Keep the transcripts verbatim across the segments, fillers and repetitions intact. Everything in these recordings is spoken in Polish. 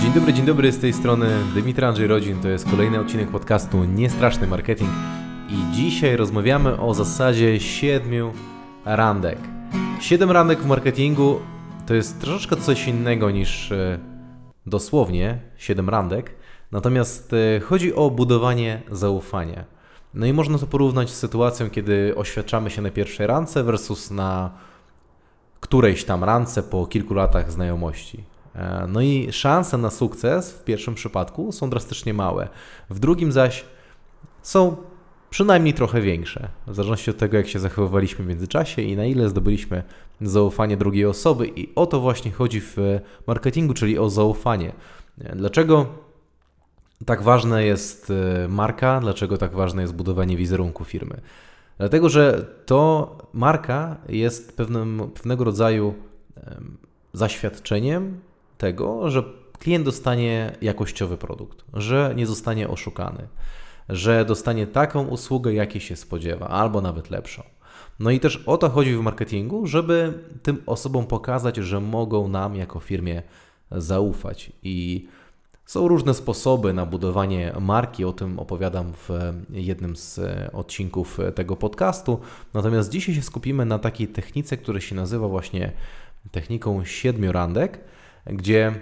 Dzień dobry, dzień dobry, z tej strony Dymitra Andrzej Rodzin, to jest kolejny odcinek podcastu Niestraszny Marketing i dzisiaj rozmawiamy o zasadzie siedmiu randek. Siedem randek w marketingu to jest troszeczkę coś innego niż dosłownie siedem randek, natomiast chodzi o budowanie zaufania. No i można to porównać z sytuacją, kiedy oświadczamy się na pierwszej randce versus na którejś tam randce po kilku latach znajomości. No i szanse na sukces w pierwszym przypadku są drastycznie małe, w drugim zaś są przynajmniej trochę większe, w zależności od tego, jak się zachowywaliśmy w międzyczasie i na ile zdobyliśmy zaufanie drugiej osoby, i o to właśnie chodzi w marketingu, czyli o zaufanie. Dlaczego tak ważna jest marka, dlaczego tak ważne jest budowanie wizerunku firmy? Dlatego, że to marka jest pewnym, pewnego rodzaju zaświadczeniem tego, że klient dostanie jakościowy produkt, że nie zostanie oszukany, że dostanie taką usługę, jakiej się spodziewa, albo nawet lepszą. No i też o to chodzi w marketingu, żeby tym osobom pokazać, że mogą nam jako firmie zaufać. I są różne sposoby na budowanie marki, o tym opowiadam w jednym z odcinków tego podcastu. Natomiast dzisiaj się skupimy na takiej technice, która się nazywa właśnie techniką siedmiu randek, gdzie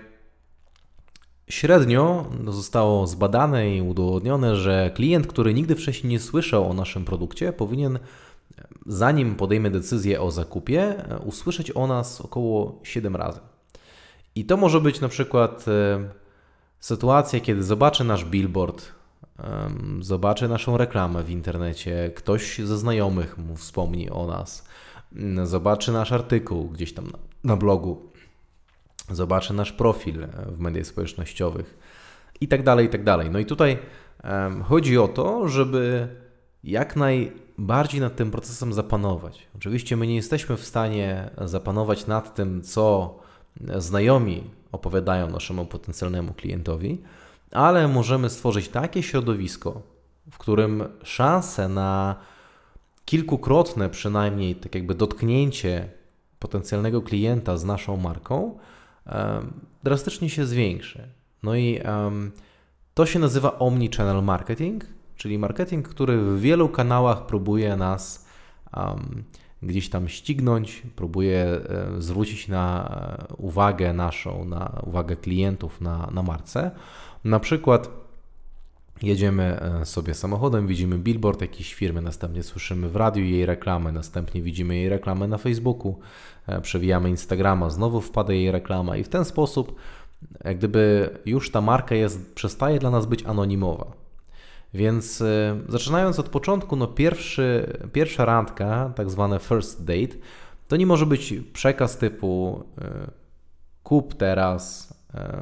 średnio zostało zbadane i udowodnione, że klient, który nigdy wcześniej nie słyszał o naszym produkcie, powinien, zanim podejmie decyzję o zakupie, usłyszeć o nas około siedem razy. I to może być na przykład sytuacja, kiedy zobaczy nasz billboard, zobaczy naszą reklamę w internecie, ktoś ze znajomych mu wspomni o nas, zobaczy nasz artykuł gdzieś tam na, na blogu, zobaczy nasz profil w mediach społecznościowych i tak dalej, i tak dalej. No i tutaj um, chodzi o to, żeby jak najbardziej nad tym procesem zapanować. Oczywiście my nie jesteśmy w stanie zapanować nad tym, co znajomi opowiadają naszemu potencjalnemu klientowi, ale możemy stworzyć takie środowisko, w którym szanse na kilkukrotne przynajmniej tak jakby dotknięcie potencjalnego klienta z naszą marką um, drastycznie się zwiększy. No i um, to się nazywa omnichannel marketing, czyli marketing, który w wielu kanałach próbuje nas um, gdzieś tam ścignąć, próbuje e, zwrócić na e, uwagę naszą, na uwagę klientów na, na marce. Na przykład jedziemy sobie samochodem, widzimy billboard jakiejś firmy, następnie słyszymy w radiu jej reklamę, następnie widzimy jej reklamę na Facebooku, przewijamy Instagrama, znowu wpada jej reklama i w ten sposób jak gdyby już ta marka jest, przestaje dla nas być anonimowa. Więc zaczynając od początku, no pierwszy, pierwsza randka, tak zwane first date, to nie może być przekaz typu kup teraz,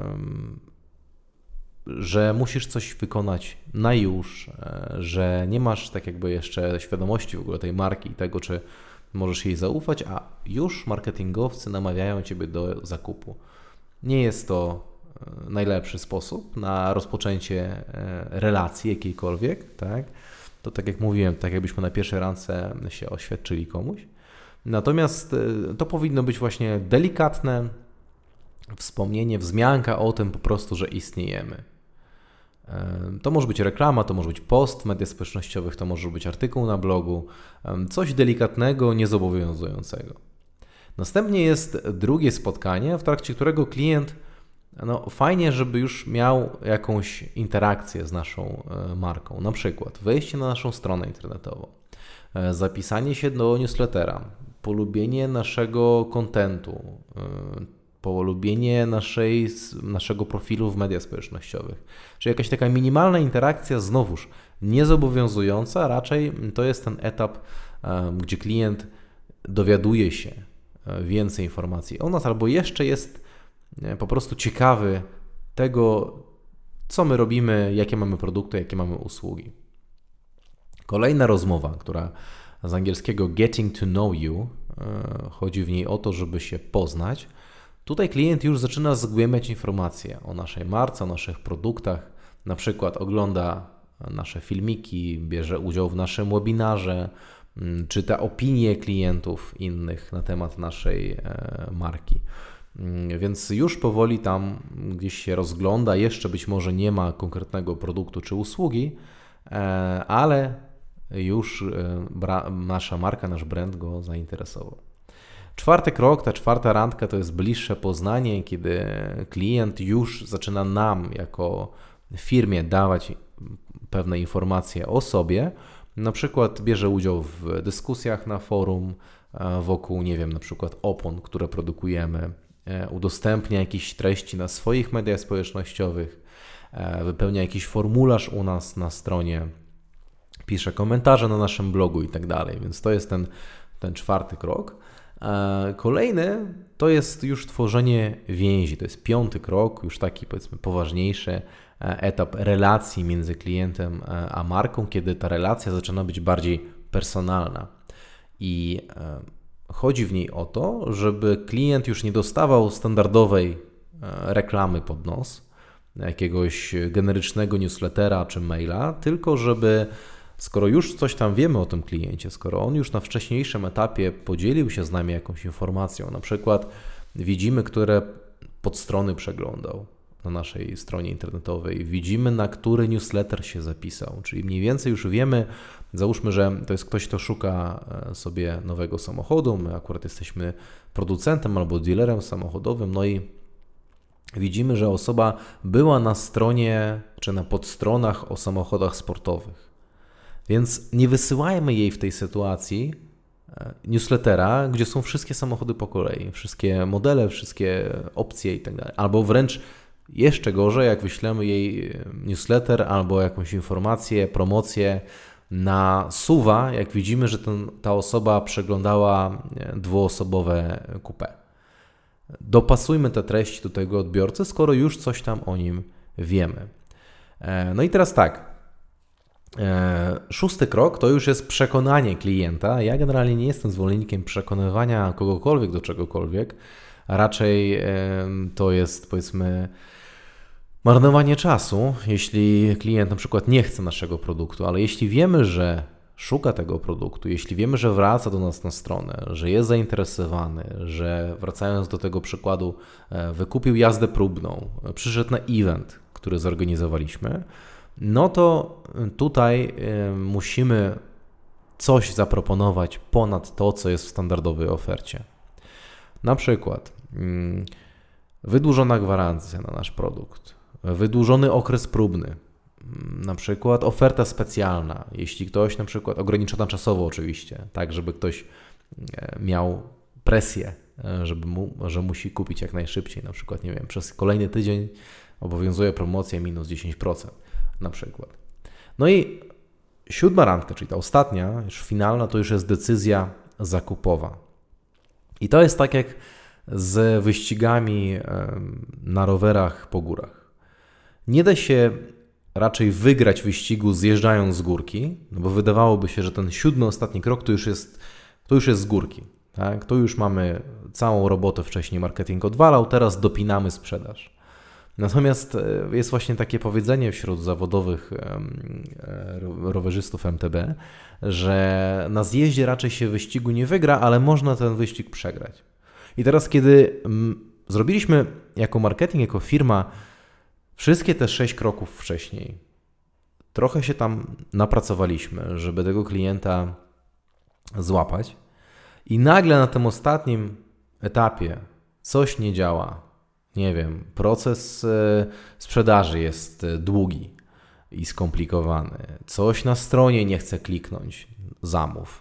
że musisz coś wykonać na już, że nie masz tak jakby jeszcze świadomości w ogóle tej marki i tego, czy możesz jej zaufać, a już marketingowcy namawiają Ciebie do zakupu. Nie jest to najlepszy sposób na rozpoczęcie relacji jakiejkolwiek, tak? To tak jak mówiłem, tak jakbyśmy na pierwszej randce się oświadczyli komuś. Natomiast to powinno być właśnie delikatne wspomnienie, wzmianka o tym po prostu, że istniejemy. To może być reklama, to może być post w mediach społecznościowych, to może być artykuł na blogu, coś delikatnego, niezobowiązującego. Następnie jest drugie spotkanie, w trakcie którego klient, no fajnie, żeby już miał jakąś interakcję z naszą marką, na przykład wejście na naszą stronę internetową, zapisanie się do newslettera, polubienie naszego kontentu, polubienie naszej, naszego profilu w mediach społecznościowych. Czyli jakaś taka minimalna interakcja, znowuż niezobowiązująca, raczej to jest ten etap, gdzie klient dowiaduje się więcej informacji o nas, albo jeszcze jest po prostu ciekawy tego, co my robimy, jakie mamy produkty, jakie mamy usługi. Kolejna rozmowa, która z angielskiego getting to know you, chodzi w niej o to, żeby się poznać. Tutaj klient już zaczyna zgłębiać informacje o naszej marce, o naszych produktach, na przykład ogląda nasze filmiki, bierze udział w naszym webinarze, czyta opinie klientów innych na temat naszej marki. Więc już powoli tam gdzieś się rozgląda, jeszcze być może nie ma konkretnego produktu czy usługi, ale już nasza marka, nasz brand go zainteresował. Czwarty krok, ta czwarta randka to jest bliższe poznanie, kiedy klient już zaczyna nam jako firmie dawać pewne informacje o sobie, na przykład bierze udział w dyskusjach na forum wokół, nie wiem, na przykład opon, które produkujemy, udostępnia jakieś treści na swoich mediach społecznościowych, wypełnia jakiś formularz u nas na stronie, pisze komentarze na naszym blogu i tak dalej, więc to jest ten, ten czwarty krok. Kolejny to jest już tworzenie więzi, to jest piąty krok, już taki powiedzmy poważniejszy etap relacji między klientem a marką, kiedy ta relacja zaczyna być bardziej personalna i chodzi w niej o to, żeby klient już nie dostawał standardowej reklamy pod nos, jakiegoś generycznego newslettera czy maila, tylko żeby skoro już coś tam wiemy o tym kliencie, skoro on już na wcześniejszym etapie podzielił się z nami jakąś informacją, na przykład widzimy, które podstrony przeglądał na naszej stronie internetowej, widzimy, na który newsletter się zapisał, czyli mniej więcej już wiemy, załóżmy, że to jest ktoś, kto szuka sobie nowego samochodu, my akurat jesteśmy producentem albo dealerem samochodowym, no i widzimy, że osoba była na stronie czy na podstronach o samochodach sportowych. Więc nie wysyłajmy jej w tej sytuacji newslettera, gdzie są wszystkie samochody po kolei, wszystkie modele, wszystkie opcje i tak dalej. Albo wręcz jeszcze gorzej, jak wyślemy jej newsletter albo jakąś informację, promocję na suwa, jak widzimy, że ten, ta osoba przeglądała dwuosobowe coupé. Dopasujmy te treści do tego odbiorcy, skoro już coś tam o nim wiemy. No i teraz tak. Szósty krok to już jest przekonanie klienta. Ja generalnie nie jestem zwolennikiem przekonywania kogokolwiek do czegokolwiek, a raczej to jest powiedzmy marnowanie czasu, jeśli klient na przykład nie chce naszego produktu, ale jeśli wiemy, że szuka tego produktu, jeśli wiemy, że wraca do nas na stronę, że jest zainteresowany, że wracając do tego przykładu wykupił jazdę próbną, przyszedł na event, który zorganizowaliśmy, no to tutaj musimy coś zaproponować ponad to, co jest w standardowej ofercie. Na przykład wydłużona gwarancja na nasz produkt, wydłużony okres próbny, na przykład oferta specjalna, jeśli ktoś na przykład, ograniczona czasowo oczywiście, tak żeby ktoś miał presję, żeby mu, że musi kupić jak najszybciej, na przykład nie wiem, przez kolejny tydzień obowiązuje promocja minus dziesięć procent na przykład. No i siódma randka, czyli ta ostatnia, już finalna, to już jest decyzja zakupowa. I to jest tak jak z wyścigami na rowerach po górach. Nie da się raczej wygrać wyścigu zjeżdżając z górki, no bo wydawałoby się, że ten siódmy, ostatni krok to już jest, to już jest z górki. Tak? To już mamy całą robotę wcześniej, marketing odwalał, teraz dopinamy sprzedaż. Natomiast jest właśnie takie powiedzenie wśród zawodowych rowerzystów M T B, że na zjeździe raczej się wyścigu nie wygra, ale można ten wyścig przegrać. I teraz, kiedy zrobiliśmy jako marketing, jako firma wszystkie te sześć kroków wcześniej, trochę się tam napracowaliśmy, żeby tego klienta złapać i nagle na tym ostatnim etapie coś nie działa. Nie wiem, proces sprzedaży jest długi i skomplikowany. Coś na stronie nie chce kliknąć, zamów.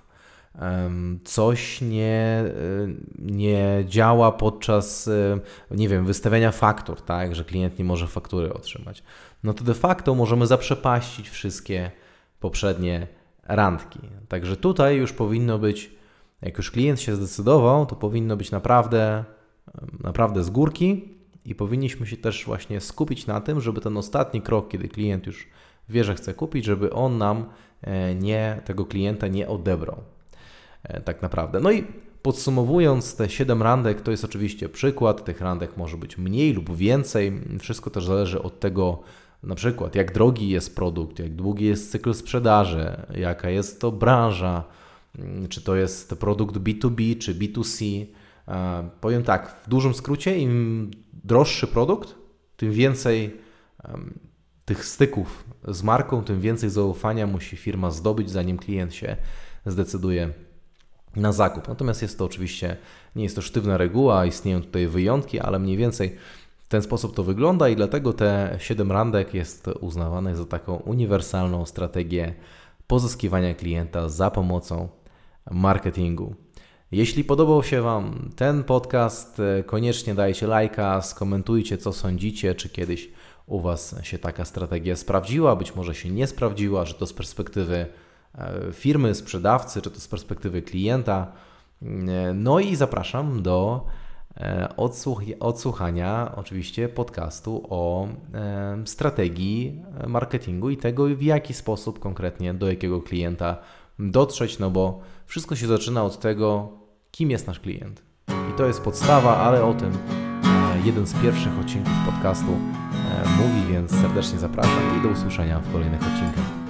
Coś nie, nie działa podczas, nie wiem, wystawiania faktur, tak, że klient nie może faktury otrzymać. No to de facto możemy zaprzepaścić wszystkie poprzednie randki. Także tutaj już powinno być, jak już klient się zdecydował, to powinno być naprawdę, naprawdę z górki. I powinniśmy się też właśnie skupić na tym, żeby ten ostatni krok, kiedy klient już wie, że chce kupić, żeby on nam nie, tego klienta nie odebrał tak naprawdę. No i podsumowując te siedem randek, to jest oczywiście przykład, tych randek może być mniej lub więcej, wszystko też zależy od tego, na przykład jak drogi jest produkt, jak długi jest cykl sprzedaży, jaka jest to branża, czy to jest produkt B dwa B czy B dwa C, Powiem tak, w dużym skrócie, im droższy produkt, tym więcej tych styków z marką, tym więcej zaufania musi firma zdobyć, zanim klient się zdecyduje na zakup. Natomiast jest to oczywiście, nie jest to sztywna reguła, istnieją tutaj wyjątki, ale mniej więcej w ten sposób to wygląda i dlatego te siedem randek jest uznawane za taką uniwersalną strategię pozyskiwania klienta za pomocą marketingu. Jeśli podobał się Wam ten podcast, koniecznie dajcie lajka, skomentujcie, co sądzicie, czy kiedyś u Was się taka strategia sprawdziła, być może się nie sprawdziła, że to z perspektywy firmy, sprzedawcy, czy to z perspektywy klienta. No i zapraszam do odsłuch- odsłuchania oczywiście podcastu o strategii marketingu i tego, w jaki sposób konkretnie do jakiego klienta dotrzeć, no bo wszystko się zaczyna od tego, kim jest nasz klient. I to jest podstawa, ale o tym jeden z pierwszych odcinków podcastu mówi, więc serdecznie zapraszam i do usłyszenia w kolejnych odcinkach.